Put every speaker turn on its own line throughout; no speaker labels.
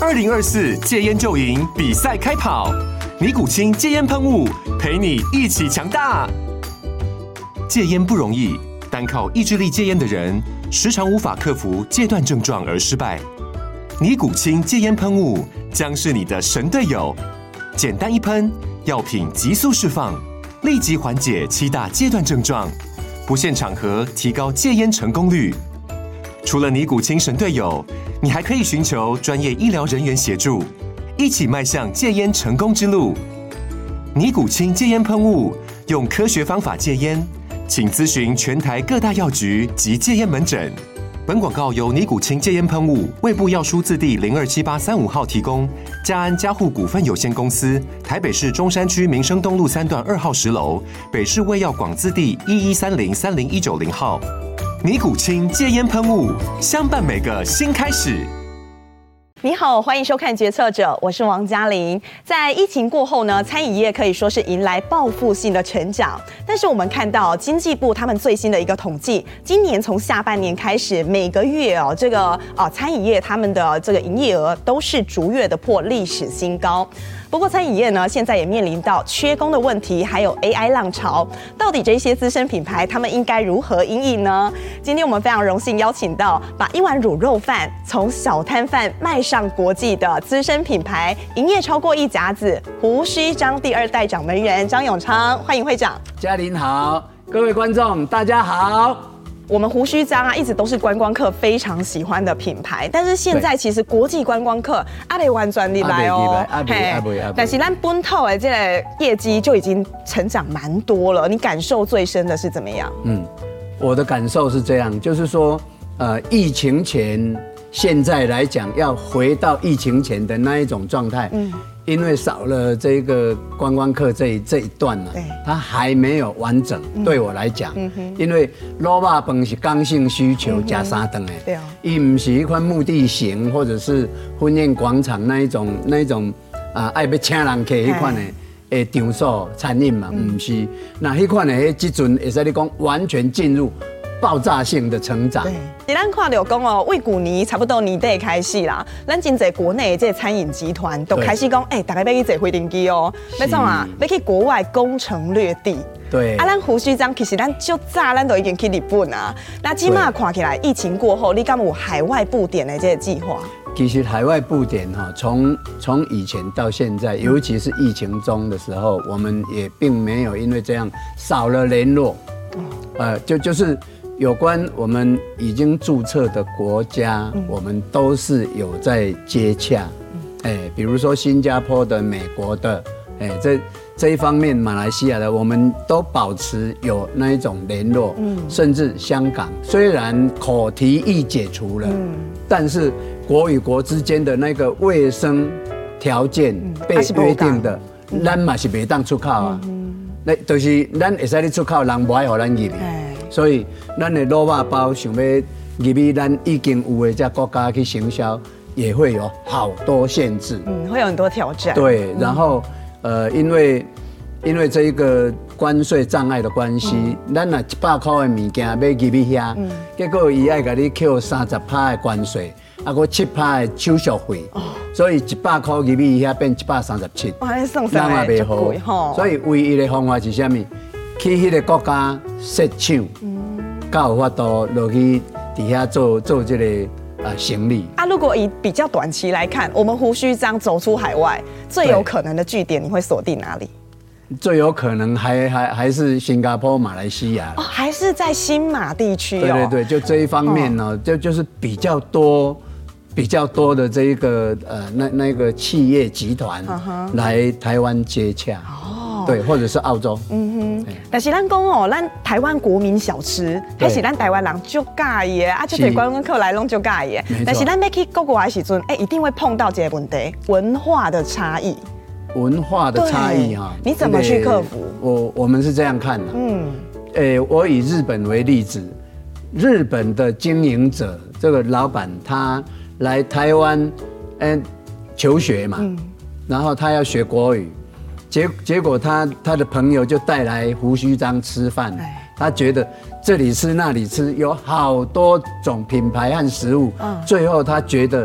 2024戒烟就赢比赛开跑，尼古清戒烟喷雾陪你一起强大。戒烟不容易，单靠意志力戒烟的人，时常无法克服戒断症状而失败。尼古清戒烟喷雾将是你的神队友，简单一喷，药品急速释放，立即缓解7大戒断症状，不限场合提高戒烟成功率。除了尼古清神队友，你还可以寻求专业医疗人员协助，一起迈向戒烟成功之路。尼古清戒烟喷雾，用科学方法戒烟，请咨询全台各大药局及戒烟门诊。本广告由尼古清戒烟喷雾、卫部药书字第027835号提供，嘉安嘉护股份有限公司，台北市中山区民生东路3段2号10楼，北市卫药广字第1130-30190号。尼古清戒烟喷雾，相伴每个新开始。
你好，欢迎收看《决策者》，我是王嘉玲。在疫情过后呢，餐饮业可以说是迎来报复性的成长。但是我们看到经济部他们最新的一个统计，今年从下半年开始，每个月餐饮业他们的这个营业额都是逐月的破历史新高。不过餐饮业呢，现在也面临到缺工的问题，还有 AI 浪潮，到底这些资深品牌他们应该如何因应呢？今天我们非常荣幸邀请到把一碗卤肉饭从小摊贩迈上国际的资深品牌，营业超过1甲子胡须章第2代掌门人张永昌，欢迎会长。
嘉玲好，各位观众大家好。
我们胡须章啊，一直都是观光客非常喜欢的品牌，但是现在其实国际观光客还没完全入来哦。但是咱本土的这个业绩就已经成长蛮多了，你感受最深的是怎么样？
我的感受是这样，就是说，疫情前现在来讲，要回到疫情前的那一种状态。因为少了这个观光客这一段呢，它还没有完整。对我来讲，因为卤肉饭是刚性需求加3顿的，伊不是一款目的型或者是婚宴广场那一种爱要请人客一款的场所餐饮嘛，不是。那迄款的这阵会使你讲完全进入爆炸性的成长。
咱看到讲哦，为去年差不多年底开始啦，咱真侪国内的这餐饮集团都开始讲，大家要去坐飞行机哦，要怎啊？要去国外攻城略地。
对。
咱胡须章其实咱就早咱都已经去日本啊。那今嘛看起来，疫情过后，你敢有海外布点的这个计划？
其实海外布点哈，从以前到现在，尤其是疫情中的时候，我们也并没有因为这样少了联络。就是有关我们已经注册的国家，我们都是有在接洽。比如说新加坡的、美国的，这一方面，马来西亚的，我们都保持有那一种联络。甚至香港，虽然口蹄疫解除了，但是国与国之间的那个卫生条件被约定的，咱嘛是袂当出口啊。那就是咱会使咧出口，人不爱互咱入去。所以，咱的卤肉包想要入去咱已经有的这国家去行销，也会有好多限制。
会有很多挑战。
对，然后因为这一个关税障碍的关系，咱若100块的物件要入去遐，结果伊爱甲你扣30%的关税，啊，佮7%的手续费，所以100块入去遐变137，
咱
也袂好。所以唯一的方法是啥物？去迄个国家设厂，才有法度落去底下做这个行李。
如果以比较短期来看，我们胡须章走出海外最有可能的据点，你会锁定哪里？
最有可能还是新加坡、马来西亚
还是在新马地区哦。
对，就这一方面呢，就是比较多的这一个那个企业集团来台湾接洽。对，或者是澳洲。
但是咱讲哦，咱台湾国民小吃，还是咱台湾人就介意的，就对观光客来拢就介意的。但是咱要去国外的时阵，一定会碰到这个问题，文化的差异。
文化的差异哈，
你怎么去克服？
我们是这样看的。我以日本为例子，日本的经营者这个老板他来台湾求学嘛，然后他要学国语。结果他的朋友就带来胡须章吃饭，他觉得这里吃那里吃，有好多种品牌和食物，最后他觉得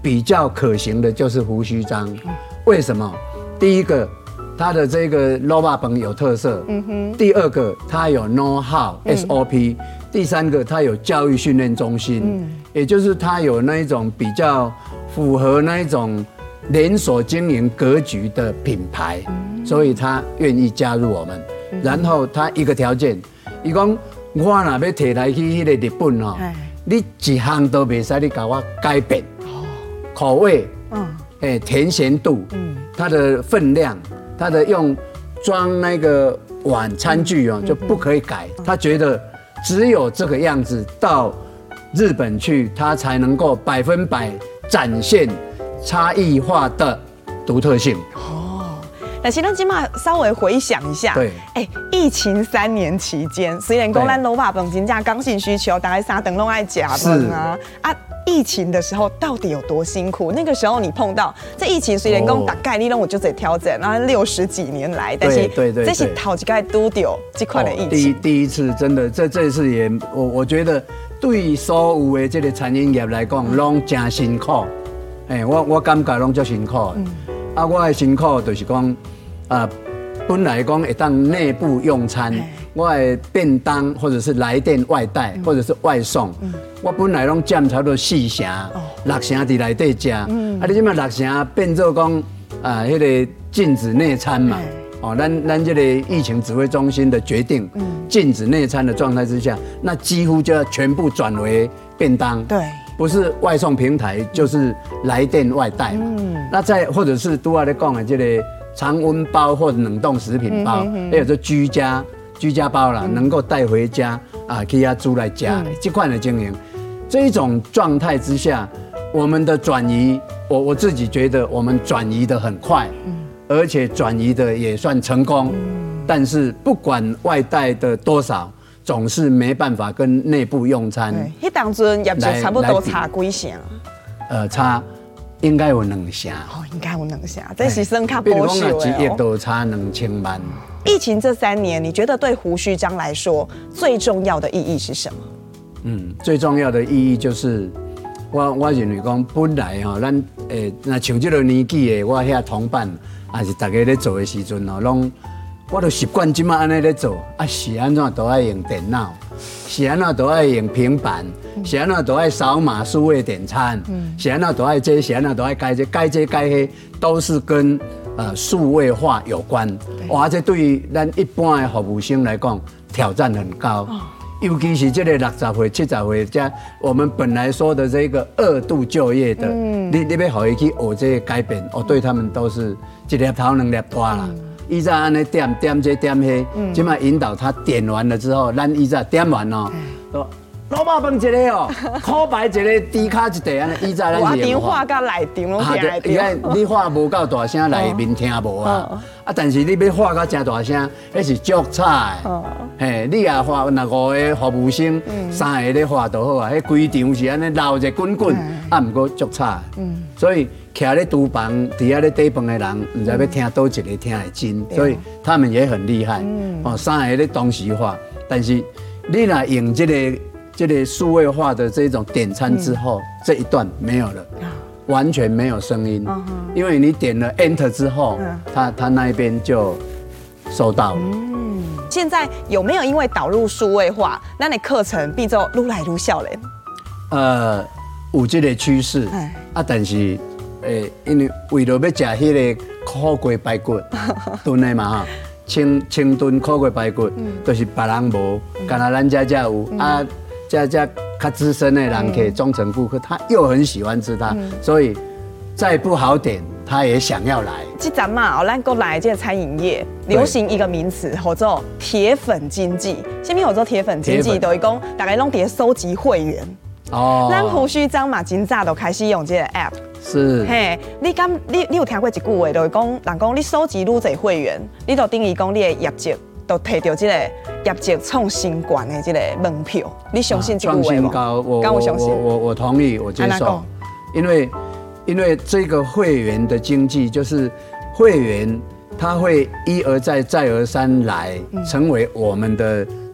比较可行的就是胡须章。为什么？第一个，它的这个肉霸本有特色。第二个，它有 know how、SOP。第三个，它有教育训练中心，也就是它有那一种比较符合那一种连锁经营格局的品牌，所以他愿意加入我们。然后他一个条件，伊讲我若要摕来去迄个日本哦，你一项都袂使你甲我改变，口味，甜咸度，它的分量，它的用装那个碗餐具哦就不可以改。他觉得只有这个样子到日本去，他才能够100%展现差异化的独特性。
但是咱今嘛稍微回想一下，
对，
疫情3年期间，虽然讲咱滷肉饭真正刚性需求，大概3顿拢爱吃饭啊。疫情的时候到底有多辛苦？那个时候你碰到这疫情，虽然讲大概你拢有就在挑战，然后60几年来，但是这是头一届拄到这块的疫情。
第一次真的，这次也我觉得对所有的这个餐饮业来讲，拢真辛苦。我感觉拢足辛苦的。我的辛苦就是讲，本来讲会当内部用餐，我的便当或者是来电外带或者是外送，我本来拢占差不多4成，6成伫内底食。你即马6成变做讲迄个禁止内餐嘛。咱这个疫情指挥中心的决定，禁止内餐的状态之下，那几乎就要全部转为便当。对。不是外送平台，就是来电外带嘛。那再或者是拄仔咧讲的这个常温包或者冷冻食品包，还有这居家包啦，能够带回家去遐煮来吃。这款的经营，这一种状态之下，我们的转移，我自己觉得我们转移的很快，而且转移的也算成功。但是不管外带的多少，总是没办法跟内部用餐。
迄当阵业绩差不多差几成？
差应该有2成。
应该有2成，这是算较保守的。
比如讲，1亿都差2000万。
疫情这3年，你觉得对胡须章来说最重要的意义是什么？
最重要的意义就是，我认为讲本来咱那像这个年纪的我遐同伴，也是大家咧做的时阵拢。我都习惯即马安尼咧做，是安怎都爱用电脑，是安怎都爱用平板，是安怎都爱扫码数位点餐，是安怎都爱这，是安怎都爱改这改迄，都是跟数位化有关。哇，这对于咱一般的服务生来讲，挑战很高。尤其是这个60岁、70岁，加我们本来说的这个2度就业的，你要互伊去学这个改变，对他们都是一粒头2粒大啦。以前安尼点这点迄，即摆引导他点完了之后，咱以前点完哦，说滷肉饭一个哦，烤白一个，猪脚一袋安尼，以前咱是用
电话甲内场拢听得到。
你话无够大声，内面听无啊。但是你要话到真大声，那是足差的。你也话那5个服务生，3个咧话就好啊。迄规场是安尼闹热滚滚，不过足差的。所以。徛咧厨房底下咧底饭的人，唔知要听多一个听会真，所以他们也很厉害。3个咧同时化，但是你若用这个数位化的这种点餐之后，这一段没有了，完全没有声音，因为你点了 Enter 之后，他那一边就收到了。
现在有没有因为导入数位化，咱的课程变做愈来愈少咧？
有这个趋势但是。因为为了要吃迄个苦瓜排骨炖的嘛哈，清炖苦瓜排骨，就是别人无，干那咱家有家较资深的人客、忠诚顾客，他又很喜欢吃它，所以再不好点，他也想要来。
这阵嘛，咱国内这个餐饮业流行一个名词，叫做铁粉经济。什么叫做铁粉经济？就是讲大家拢伫收集会员。咱胡须章嘛，真早就开始用这个 app。
是，
你有听过一句话，就是讲，人讲你收集愈侪会员，你就等于讲你的业绩都摕到这个业绩创新高的这个门票。你相信这句话吗？
创新高，我同意，我接受。因为这个会员的经济，就是会员他会一而再再而三来成为我们的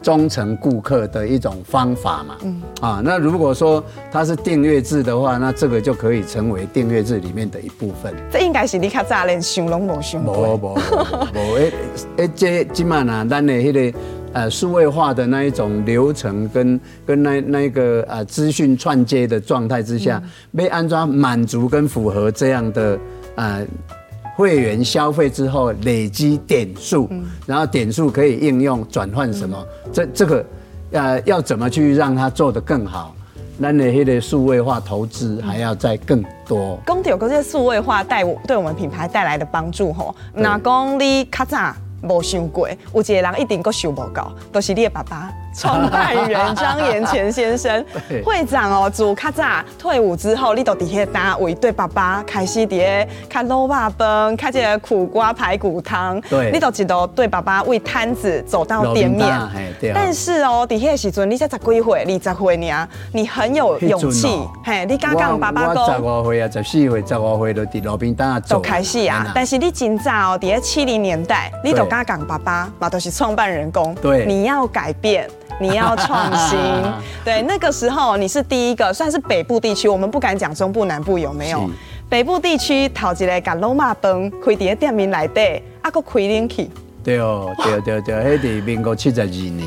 忠诚顾客的一种方法嘛。那如果说它是订阅制的话，那这个就可以成为订阅制里面的一部分。
这应该是你较早连想拢无想过。
无，这今嘛呢，咱的迄个数位化的那一种流程跟那个资讯串接的状态之下，被安装满足跟符合这样的会员消费之后累积点数，然后点数可以应用转换什么？这个要怎么去让它做得更好？咱的迄个数位化投资还要再更多。
讲到这数位化对我们品牌带来的帮助吼，那讲你较早无想过，有一个人一定阁想无到，就是你的爸爸。创办人张延乾先生，会长哦，自较早退伍之后，你都伫迄单位对爸爸开始伫较卤肉饭、较这个苦瓜排骨汤，你都一路对爸爸为摊子走到店面。但是哦，伫迄个时阵，你才10几岁、20岁尔，你很有勇气，嘿，你敢讲爸爸讲？
我15岁啊，14岁、15岁就伫路边摊走。
就开始啊，但是你真早哦，伫70年代，你都敢讲爸爸嘛，都是创办人工，对，你要改变。你要创新，对，那个时候你是第一个，算是北部地区，我们不敢讲中部南部有没有。北部地区头一个甲卤肉饭开伫店面内底，还佫开冷气。对，
迄伫民国72年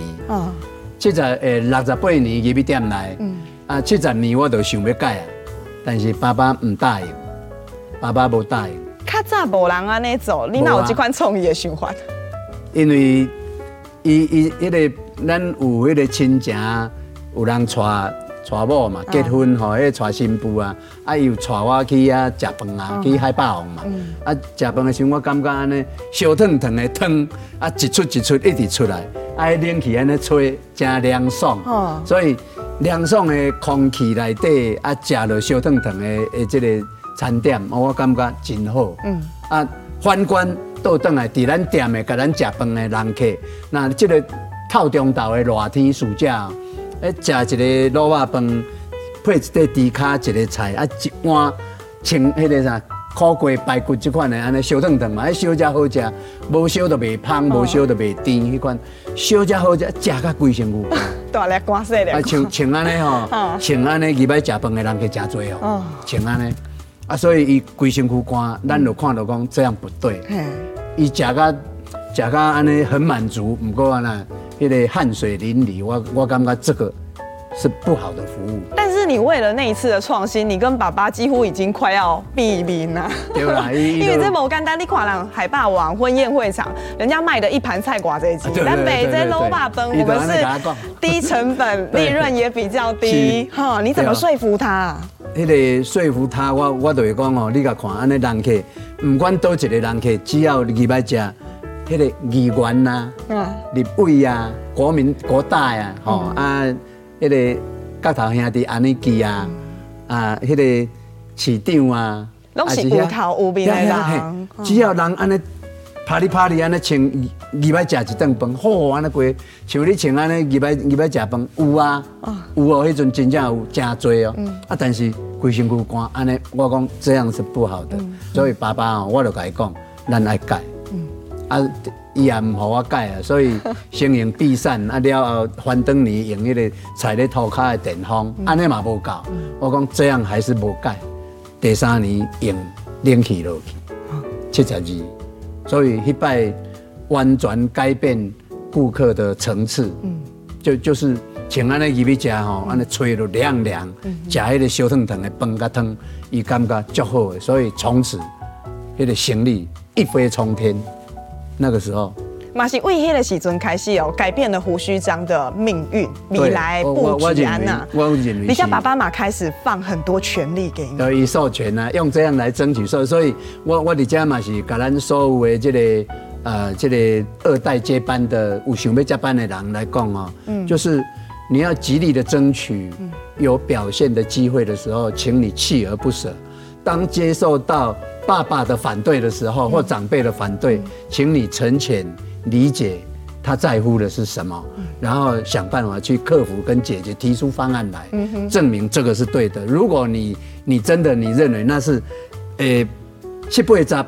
，68年入去店内，70年我就想要改啊，但是爸爸唔答应，爸爸无答应。
较早无人安尼做，你哪有这款创意的想法？
因为伊迄个。咱有迄个亲情，有人娶某嘛，结婚吼，迄娶新妇啊，伊有带我去食饭啊，去海霸王嘛。食饭的时候，我感觉安尼烧烫烫的汤，一出一出一直出来，冷气安尼吹，真凉爽。所以凉爽的空气内底，食落烧烫烫的这个餐点，我感觉真好。反观倒转来，伫咱店的甲咱食饭的人客，那这个。透中昼的热天暑假，食一个卤肉饭，配一块猪脚，一个菜，一碗清迄个啥苦瓜排骨这款的，安尼烧烫烫嘛，烧才好食，无烧就袂芳，无烧就袂甜，迄款烧才好食，食甲规身躯。
大粒瓜细粒。
像安尼吼，像安尼入来食饭的人去真多哦，像安尼，所以伊规身躯干，咱就看到讲这样不对，伊食甲安尼很满足，不过呢。迄个汗水淋漓，我感觉这个是不好的服务。
但是你为了那一次的创新，你跟爸爸几乎已经快要毙命了。
对啦，
因为这无简单，你看人海霸王婚宴会场，人家卖的一盘菜瓜这一集，但北这卤肉饭，我们是低成本，利润也比较低。哈，你怎么说服他？
迄个说服他，我就会讲哦，你甲看安尼人客，不管倒一个人客，只要入来食。迄个议员呐、立委啊、国大呀，迄个角头兄弟安尼记啊，迄个市长啊，
拢是有头有面的人。
只要人安尼啪哩安尼穿入来食一顿饭，好安尼过，像你穿安尼入来食饭有啊，有哦，迄阵真正有真多哦。但是规身躯干安尼，我讲这样是不好的。所以爸爸哦，我就甲伊讲，咱爱改。伊也唔互我改啊，所以先用避扇了后，反等年用迄个踩咧涂骹的电风，安尼嘛无够。我讲这样还是无改。第3年用冷气落去，72，所以迄摆完全改变顾客的层次。就是像安尼入去食吼，安尼吹落凉凉，食迄个烧烫烫的饭甲汤，伊感觉足好的，所以从此迄个生意一飞冲天。那个时候，
嘛是为迄个时阵开始哦，改变了胡须章的命运，未来布局安呐。
我认为，
你家爸爸嘛开始放很多权力给你，
得以授权啊，用这样来争取所以我伫家嘛是甲咱所有的这个2代接班的有想要接班的人来讲哦，就是你要极力的争取有表现的机会的时候，请你锲而不舍。当接受到爸爸的反对的时候，或长辈的反对，请你沉潜理解他在乎的是什么，然后想办法去克服跟解决，提出方案来，证明这个是对的。如果你真的你认为那是，7、8、10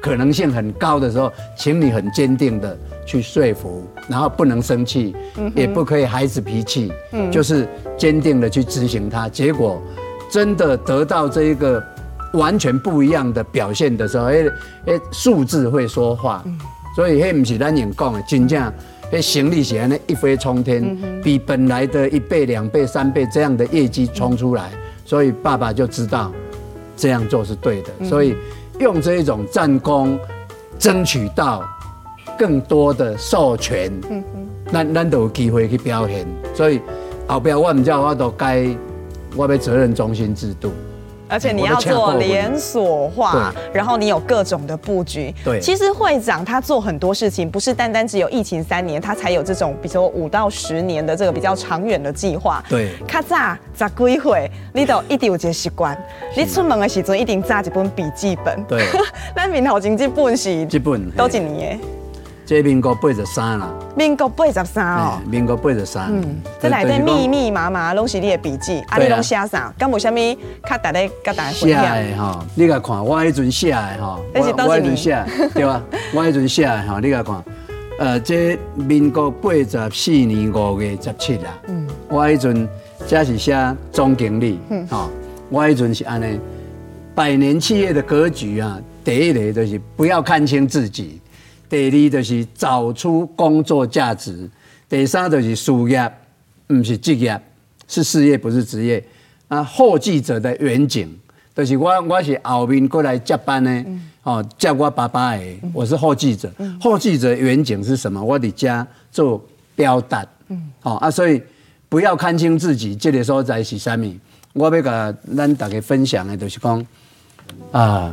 可能性很高的时候，请你很坚定的去说服，然后不能生气，也不可以孩子脾气，就是坚定的去执行它。结果真的得到这一个完全不一样的表现的时候，数字会说话，所以那不是咱用讲的，真正那行李是那一飞冲天，比本来的1倍、2倍、3倍这样的业绩冲出来，所以爸爸就知道这样做是对的，所以用这一种战功争取到更多的授权，咱都有机会去表现。所以后边我唔知道我都该我要责任中心制度。
而且你要做连锁化，然后你有各种的布局。
对，
其实会长他做很多事情，不是单单只有疫情3年，他才有这种，比如说5到10年的这个比较长远的计划。
对，
较早10几岁，你都一定有一个习惯，你出门的时阵一定揸一本笔记本。
对，
咱面头前这本是
这本
多几年的？
这民国83啦。
民国83哦。
民国83。
这内底密密麻麻拢是你的笔记，啊，你拢写啥？敢有啥物较大家甲大家分享？
写的吼，你甲看，我迄阵写的吼，我迄阵写，对吧？我迄阵写的吼，你甲看，这民国84年5月17日，我迄阵这是写总经理，吼，我迄阵是安尼，100年企业的格局啊，第一个就是不要看清自己。第二就是找出工作价值，第三就是事业，不是职业，是事业不是职业。啊，后继者的远景，就是我是后面过来接班的，接我爸爸的，我是后继者。后继者远景是什么？我伫家做表达，所以不要看清自己，这个所在是啥物？我要甲咱大家分享的，就是讲啊。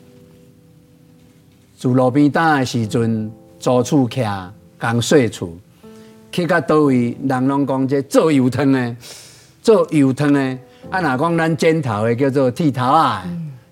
住路边摊的时阵，租厝徛工细厝，去到倒位，人拢讲这做油汤的，做油汤的。啊，若讲咱剪头的叫做剃头啊，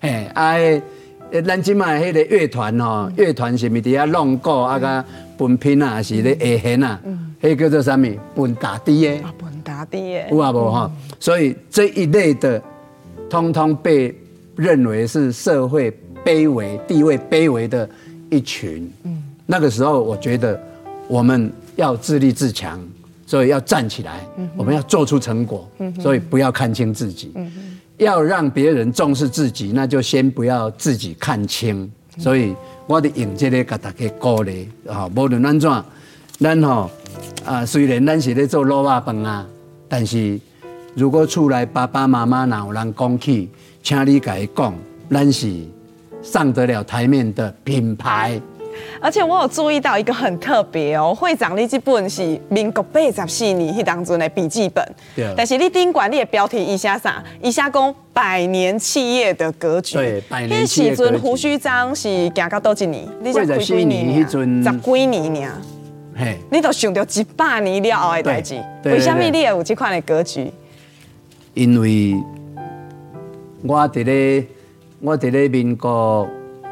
咱即卖迄个乐团吼，乐团是咪伫遐弄鼓啊，甲分品啊，还是咧下弦啊？迄叫做啥物？分打底的。
啊，分打底的。
有啊无吼？所以这一类的，通通被认为是社会卑微、地位卑微的一群。那个时候，我觉得我们要自立自强，所以要站起来，我们要做出成果，所以不要看清自己。要让别人重视自己，那就先不要自己看清。所以我哋用这个给大家鼓励，无论安怎，咱虽然咱是咧做卤肉饭啊，但是如果厝内爸爸妈妈哪有人讲起，请你甲伊讲，咱是上得了台面的品牌。
而且我有注意到一个很特别哦，会长你这本是民国84年迄当阵的笔记本，但是你顶管你的标题一下啥？一下讲100年企业的格局。
对，100年企业格局。
迄时阵胡须章是行到多几年？你才开几年？
迄阵
10几年尔。嘿，你都想到100年了后的代志，为什么你会有这款的格局？
因为我伫咧民国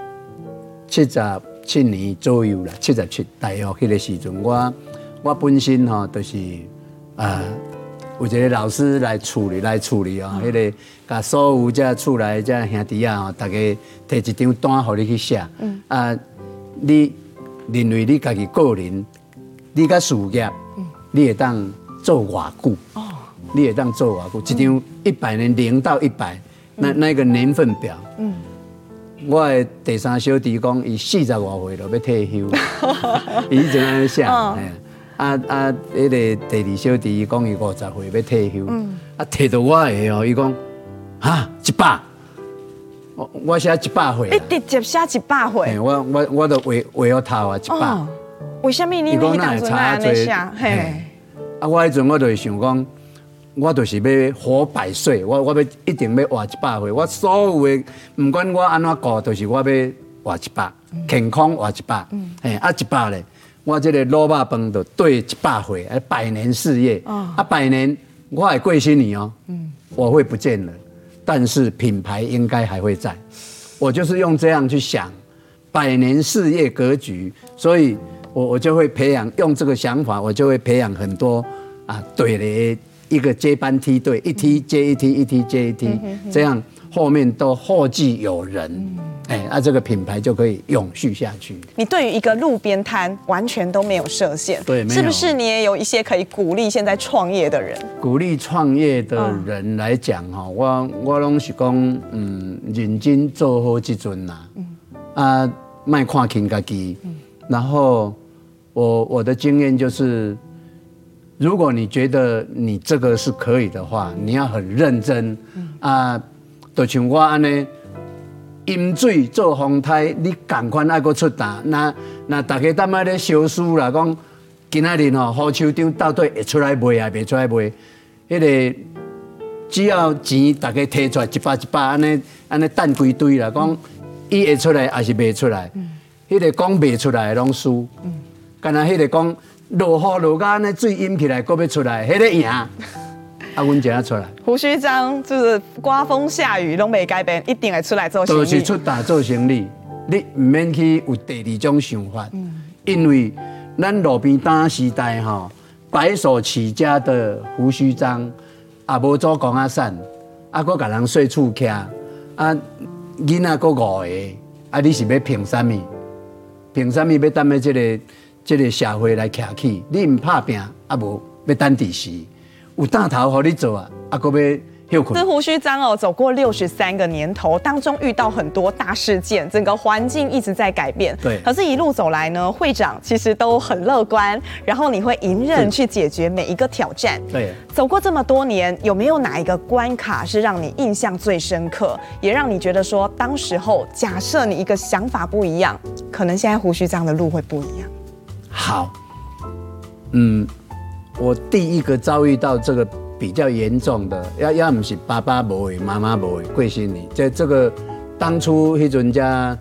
77年左右啦，77大学迄个时阵，我本身就是有一个老师来处理迄个甲所有这厝内这兄弟啊，大家摕一张单互你去写，你认为你家己个人，你甲事业，你会当做偌久？你会当做偌久？一张100年0到100，那个年份表。我的第三小弟讲，伊40多岁就要退休，伊以前安尼写，迄个第二小弟伊讲伊50岁要退休，摕到我的伊讲100，我写100岁，
直接写100岁，
我都画好头啊100。
为什么你那当初安尼写？
我迄阵我就想讲。我就是要活100岁，我要一定要活100岁。我所有的，不管我安怎过，就是我要活100，健康活100。100咧，我这个卤肉饭就对100岁，100年事业。100年我会过新年哦，我会不见了，但是品牌应该还会在。我就是用这样去想100年事业格局，所以我就会培养，用这个想法，我就会培养很多对的。一个接班梯队，一梯接一梯，一梯接一梯，这样后面都后继有人。 这个品牌就可以永续下去。
你对于一个路边摊完全都没有设限，
对，没有。
是不是你也有一些可以鼓励现在创业的人？
鼓励创业的人来讲哈，我拢是讲，认真做好这阵啦，卖看轻自己。然后我的经验就是，如果你觉得你这个是可以的话，你要很认真就像我安尼。饮水做风台，你赶快爱搁出单。那大家当下咧烧书啦，讲今仔日火手场到底会出来卖啊，袂出来卖？迄个只要钱大家摕出来100安尼等规堆啦，讲伊会出来还是袂出来？迄个讲袂出来拢输。干那迄个讲落雨落到安尼水淹起来，搁要出来，迄个赢。阮就要出来。
胡须章就是刮风下雨拢袂改变，一定会出来做生意。
就是出大做生意，你唔免去有第二种想法，因为咱路边摊时代白手起家的胡须章，无做公仔伞，搁甲人说厝徛，囡仔搁5个，你是要凭啥物？凭啥物要等在这个社会来徛起？你唔拍拼，无要等第时。有大头给你做搁要休困。
这胡须章走过63个年头，当中遇到很多大事件，整个环境一直在改变。
对。
可是，一路走来呢，会长其实都很乐观，然后你会迎刃去解决每一个挑战。
对。
走过这么多年，有没有哪一个关卡是让你印象最深刻，也让你觉得说，当时候假设你一个想法不一样，可能现在胡须章的路会不一样？好，
我第一个遭遇到这个比较严重的，要不是爸爸无的，妈妈无的过身去，这个当初迄阵家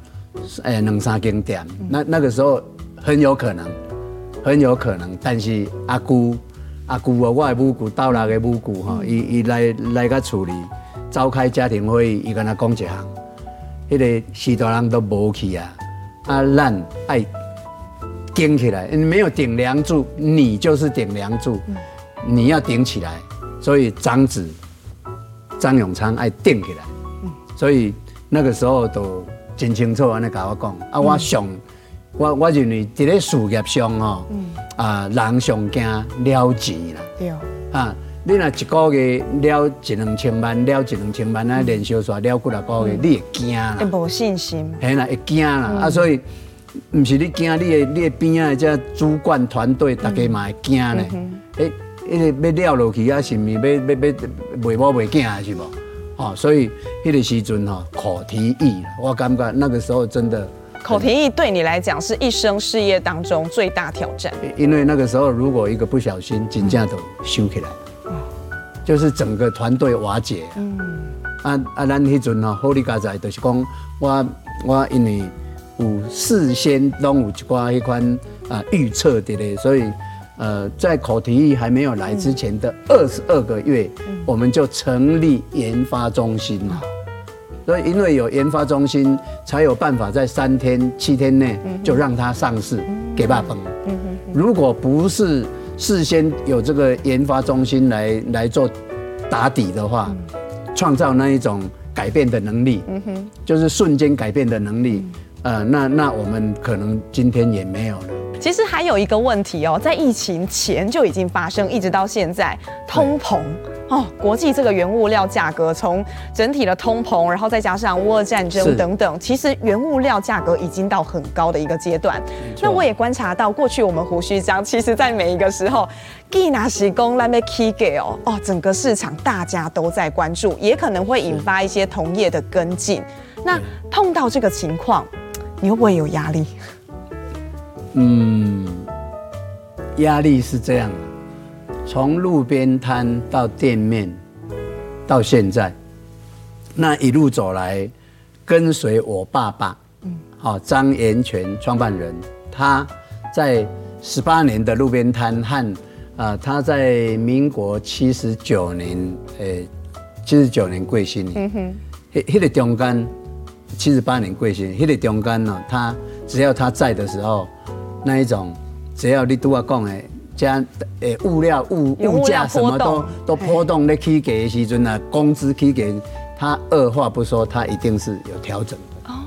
2-3间店，那个时候很有可能，但是阿姑我的母舅斗六个母舅伊来甲处理，召开家庭会议，伊跟他讲一项，迄个许多人都无去咱爱。顶起来，你没有顶梁柱，你就是顶梁柱，你要顶起来。所以长子张永昌爱顶起来，所以那个时候都真清楚安尼甲我讲。我认为在咧事业上人上惊了钱啦。对。你若一个月了1-2千万，了1-2千万年销刷了几啊个月，你会惊啦。会无信心。嘿啦，会惊啦。所以。唔是你惊，你的边仔这主管团队，大家嘛会惊咧。要了落去是唔是要袂某袂囝是无？所以迄个时阵口蹄疫，我感觉那个时候真的。
口蹄疫对你来讲是一生事业当中最大挑战。
因为那个时候如果一个不小心，真正都收起来，就是整个团队瓦解。咱迄阵好你家在，就是讲我因为。有事先拢有一寡迄款预测的嘞，所以在口蹄疫还没有来之前的22个月，我们就成立研发中心了。所以因为有研发中心，才有办法在3天7天内就让它上市给爸崩。如果不是事先有这个研发中心来做打底的话，创造那一种改变的能力，就是瞬间改变的能力。那我们可能今天也没有了。
其实还有一个问题在疫情前就已经发生，一直到现在，通膨国际这个原物料价格从整体的通膨，然后再加上乌俄战争等等，其实原物料价格已经到很高的一个阶段。那我也观察到，过去我们胡须章其实在每一个时候，既拿时工来被 key 给整个市场大家都在关注，也可能会引发一些同业的跟进。那碰到这个情况，你会不会有压力？
压力是这样的，从路边摊到店面，到现在，那一路走来，跟随我爸爸，张延全创办人，他在18年的路边摊和他在民国79年过身的，那个中间。78年过身，那个中间他只要他在的时候，那一种只要你对我讲的，加物料物价什么都波动，在起价的时阵工资起价，他二话不说，他一定是有调整的。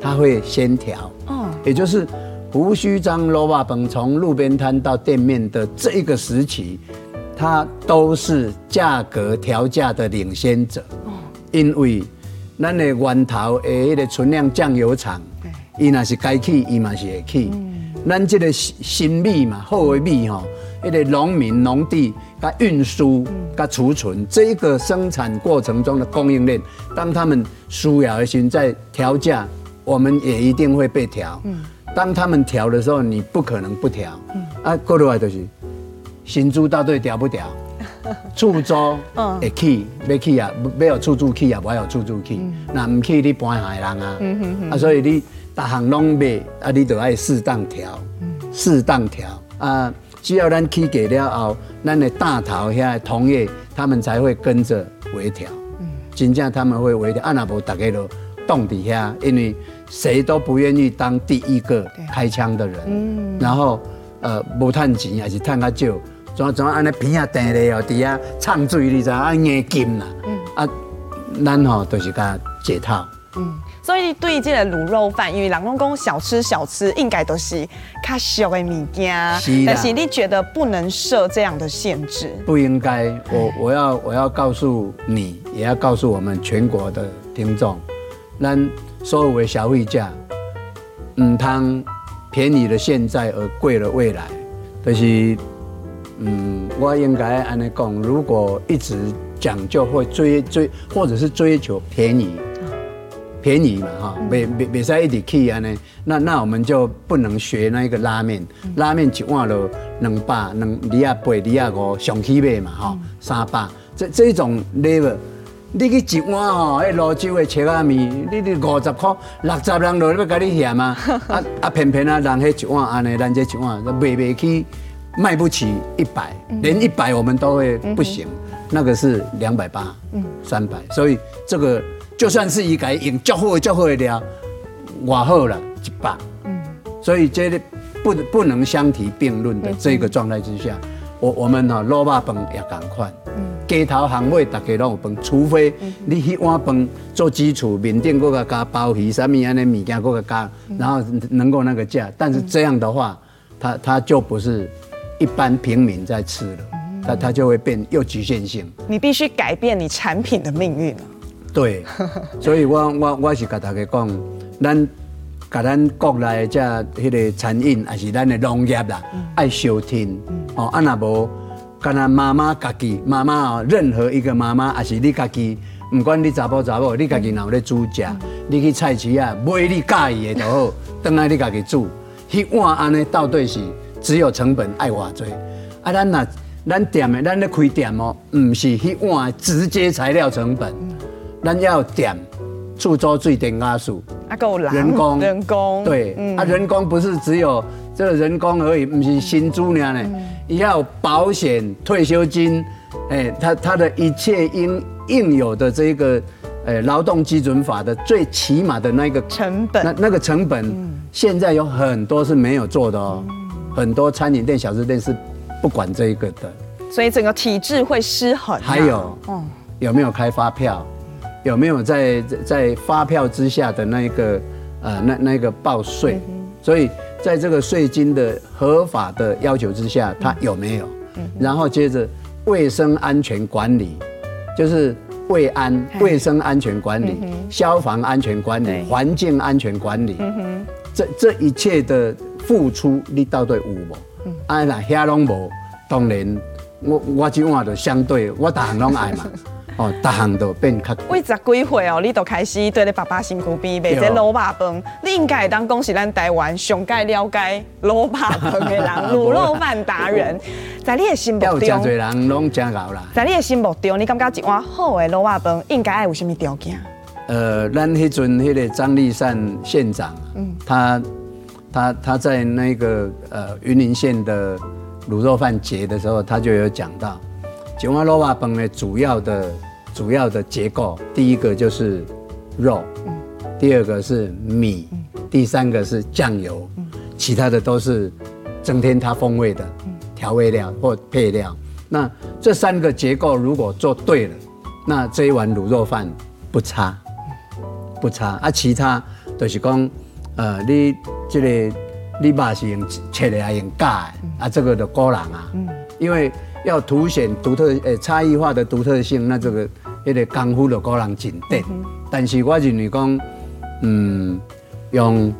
它会先调，也就是胡须章肉肉饭从路边摊到店面的这一个时期，它都是价格调价的领先者，因为咱的源头的迄个存量酱油厂，伊若是该起，伊嘛是会起。咱这个新米嘛，好的米吼，迄个农民农地甲运输甲储存这一个生产过程中的供应链，当他们需要的时候在调价，我们也一定会被调。当他们调的时候，你不可能不调。过落来就是新竹到底调不调？厝租会起，要起啊，要有厝租起啊，无有厝租起。那唔起你搬下人啊，所以你逐项拢买啊，你就爱适当调，适当调啊。只要咱起价了后，咱的大头遐同业他们才会跟着微调。真正他们会微调，若无大家都冻底下，因为谁都不愿意当第一个开枪的人。然后无趁钱还是趁较少，怎安尼片啊订咧哦，底下唱水你知影硬金啦。咱吼就是甲解套。
所以对这个卤肉饭，因为人拢讲小吃，应该都是较俗的物件，但是你觉得不能设这样的限制？
不应该，我要告诉你，也要告诉我们全国的听众，咱所有的消费者，唔通便宜了现在而贵了未来，就是我应该安尼讲，如果一直讲究会追，或者是追求便宜嘛哈，别使一直起安尼，那我们就不能学那个拉面一碗就200、280、250上起买嘛哈，300，这种 level， 你去一碗吼，迄泸州的切仔面，你50块，60人就要甲你嫌啊，偏偏人迄一碗安尼，咱这一碗卖起，卖不起100，连100我们都会不行，那个是280、300，所以这个。就算是伊改用较好的料，外好了100，所以这不能相提并论的这个状态之下，我们哈卤肉饭也同款，街头巷尾大家拢有饭，除非你迄碗饭做基础，面顶搁个加鲍鱼啥物安尼物件搁个加，然后能够那个价，但是这样的话，它就不是一般平民在吃了，它就会变又局限性。
你必须改变你产品的命运了。
对，所以我是甲大家讲，咱国内这迄个餐饮，还是咱的农业啦，爱收听哦。若无，干那妈妈家己，妈妈哦，任何一个妈妈，还是你家己，不管你查某，你家己若有咧煮食，你去菜市啊买你介意的就好，回来你家己煮，迄碗安尼到底是只有成本爱偌济啊？咱店的，咱咧开店哦，唔是迄碗直接材料成本。咱要点厝租水电压数，人工，对，人工不是只有这个人工而已，不是薪资呢，也要有保险、退休金，它的一切应有的这个劳动基准法的最起码的那个
成本，
那个成本，现在有很多是没有做的哦，很多餐饮店、小吃店是不管这一个的，
所以整个体制会失衡。
还有，有没有开发票？有没有在发票之下的那个那个报税？所以在这个税金的合法的要求之下，它有没有？然后接着卫生安全管理，就是卫生安全管理、消防安全管理、环境安全管理，这一切的付出，你到底有无？啊，那遐拢无，当然我这碗就相对我大项拢爱嘛。逐项都变较。
为10几岁哦，你都开始对你爸爸身躯边卖这卤肉饭，你应该会当讲是咱台湾上介了解卤肉饭的人，卤肉饭达人。在你的心目中，
真侪人拢真牛啦。
在你的心目中，你感觉一碗好的卤肉饭应该爱有什么条件？
咱迄阵迄个张立善县长，他在那个云林县的卤肉饭节的时候，他就有讲到。一碗卤肉饭的主要的结构，第一个就是肉，第二个是米，第三个是酱油，其他的都是增添它风味的调味料或配料。那这3个结构如果做对了，那这一碗卤肉饭不差啊。其他就是讲，你这个你肉是用切的还用夹的，这个就古人啊，因为要凸显独特差异化的独特性，那这个那个功夫就古人真短。但是我认为讲，用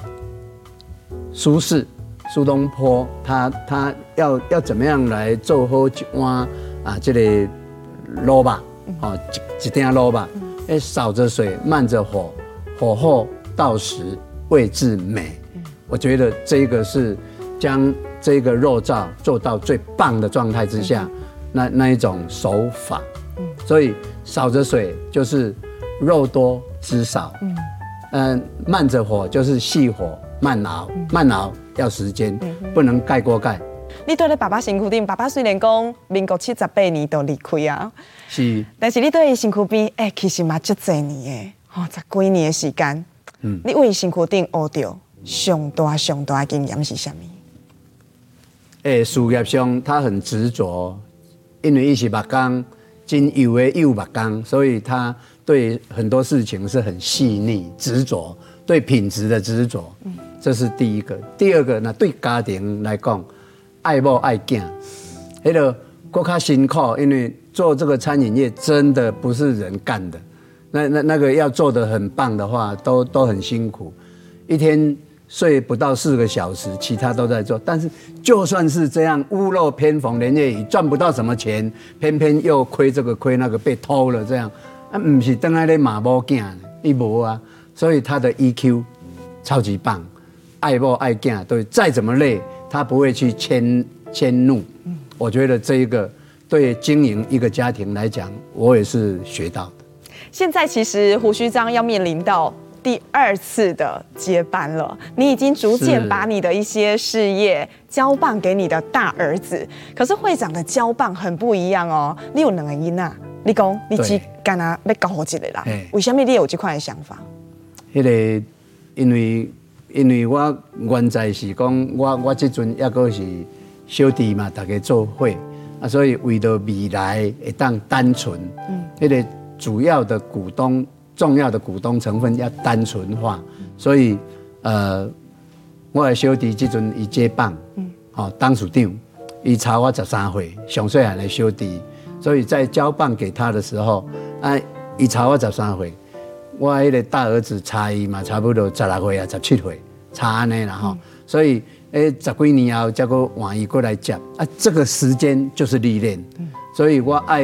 苏东坡他要怎么样来做好一碗这个卤肉，一鼎卤肉，少着水，慢着火，火候到时，味至美。我觉得这个是将这个肉燥做到最棒的状态之下，那一种手法。所以少着水就是肉多汁少，慢着火就是细火慢熬，慢熬要时间，不能盖锅盖。
你对你爸爸身躯顶，爸爸虽然讲民国78年就离开啊，
是，
但是你对伊身躯边，其实嘛足侪年的，10几年的时间，你为身躯顶学到上大的经验是什么？
事业上他很执着，因为伊是目光真有的有目光，所以他对很多事情是很细腻、执着，对品质的执着，这是第一个。第二个呢，对家庭来讲，爱某爱囝，那个更加辛苦，因为做这个餐饮业真的不是人干的，那个要做得很棒的话，都很辛苦，一天睡不到4个小时，其他都在做。但是就算是这样，屋漏偏逢连夜雨，赚不到什么钱，偏偏又亏这个亏那个，被偷了这样，不是等下咧骂某囝，伊无啊。所以他的 EQ 超级棒，爱某爱囝，对，再怎么累，他不会去迁怒。我觉得这一个对经营一个家庭来讲，我也是学到的。
现在其实胡须章要面临到第2次的接班了，你已经逐渐把你的一些事业交棒给你的大儿子。可是会长的交棒很不一样哦，你有2个囡仔，你讲你只干那要交好一个啦，为什么你有这块的想法？
那个因为我原在是讲我这阵也阁是小弟嘛，大家做伙所以为了未来会当单纯，那个主要的股东。重要的股东成分要单纯化，所以我的小弟这阵伊接棒，当处长，伊差我13岁，上细汉的小弟，所以在交棒给他的时候，伊差我13岁，我迄个大儿子差伊嘛，差不多16岁啊，17岁，差安尼啦吼，所以10几年后才个换伊过来接，这个时间就是历练，所以我爱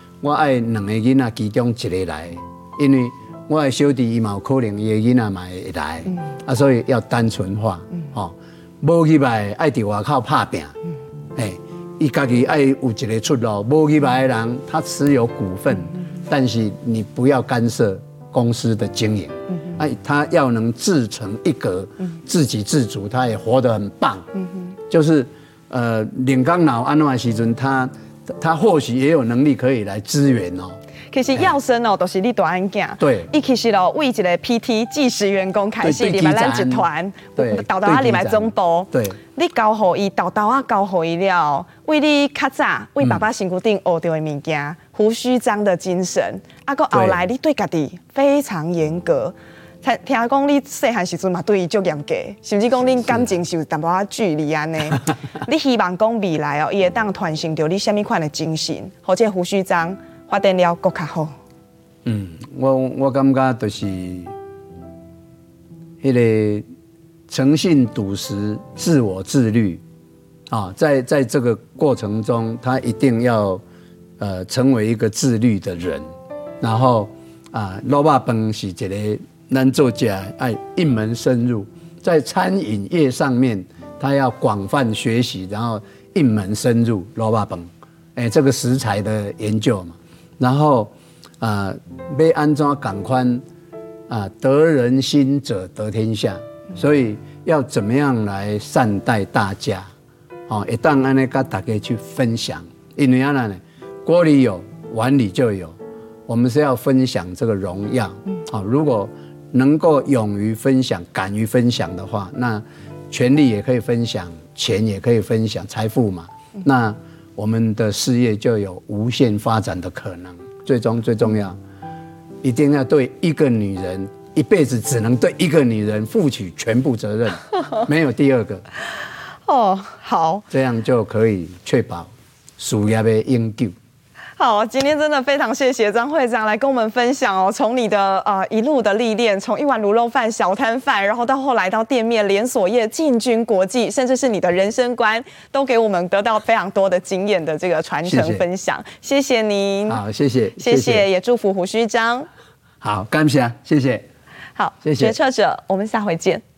2个囡仔其中1个来，因为我的小弟伊嘛有可能伊的囡仔嘛会来，所以要单纯化，无去来爱伫外口打拼，伊家己爱有一个出路，无去来的人他持有股份，但是你不要干涉公司的经营，他要能自成一格，自给自足，他也活得很棒，就是领刚老安那时阵，他或许也有能力可以来支援哦。
其实要生都是你大安囝，
对，
伊其实为一个 PT 计时员工开始，入来咱集团，豆豆入来总部，
对，
你交互伊豆豆交互伊了，为你较早为爸爸身躯顶学到的物件，胡须章的精神，个后来你对家己非常严格。听讲你细汉时阵嘛对伊足严格，甚至讲恁感情是有淡薄仔距离安尼。你希望讲未来伊会当传承到你什么款的精神，或者胡须章发展了更较好。
我感觉就是迄个诚信笃实、自我自律在这个过程中，他一定要成为一个自律的人。然后卤肉饭是一个咱做家爱一门深入，在餐饮业上面，他要广泛学习，然后一门深入卤肉饭，这个食材的研究嘛。然后要安怎赶快得人心者得天下，所以要怎么样来善待大家，会当安尼跟大家去分享，因为安呢，锅里有碗里就有，我们是要分享这个荣耀。如果能够勇于分享、敢于分享的话，那权力也可以分享，钱也可以分享，财富嘛，那我们的事业就有无限发展的可能。最重要，一定要对一个女人一辈子只能对一个女人负起全部责任，没有第二个。
哦，好，
这样就可以确保事业的永久。
好，今天真的非常谢谢张会长来跟我们分享哦，从你的一路的历练，从一碗卤肉饭小摊贩，然后到后来到店面连锁业进军国际，甚至是你的人生观，都给我们得到非常多的经验的这个传承分享。谢谢您。
好，谢谢，
谢谢，也祝福胡须章。
好，感谢，谢谢。
好，
谢谢
决策者，我们下回见。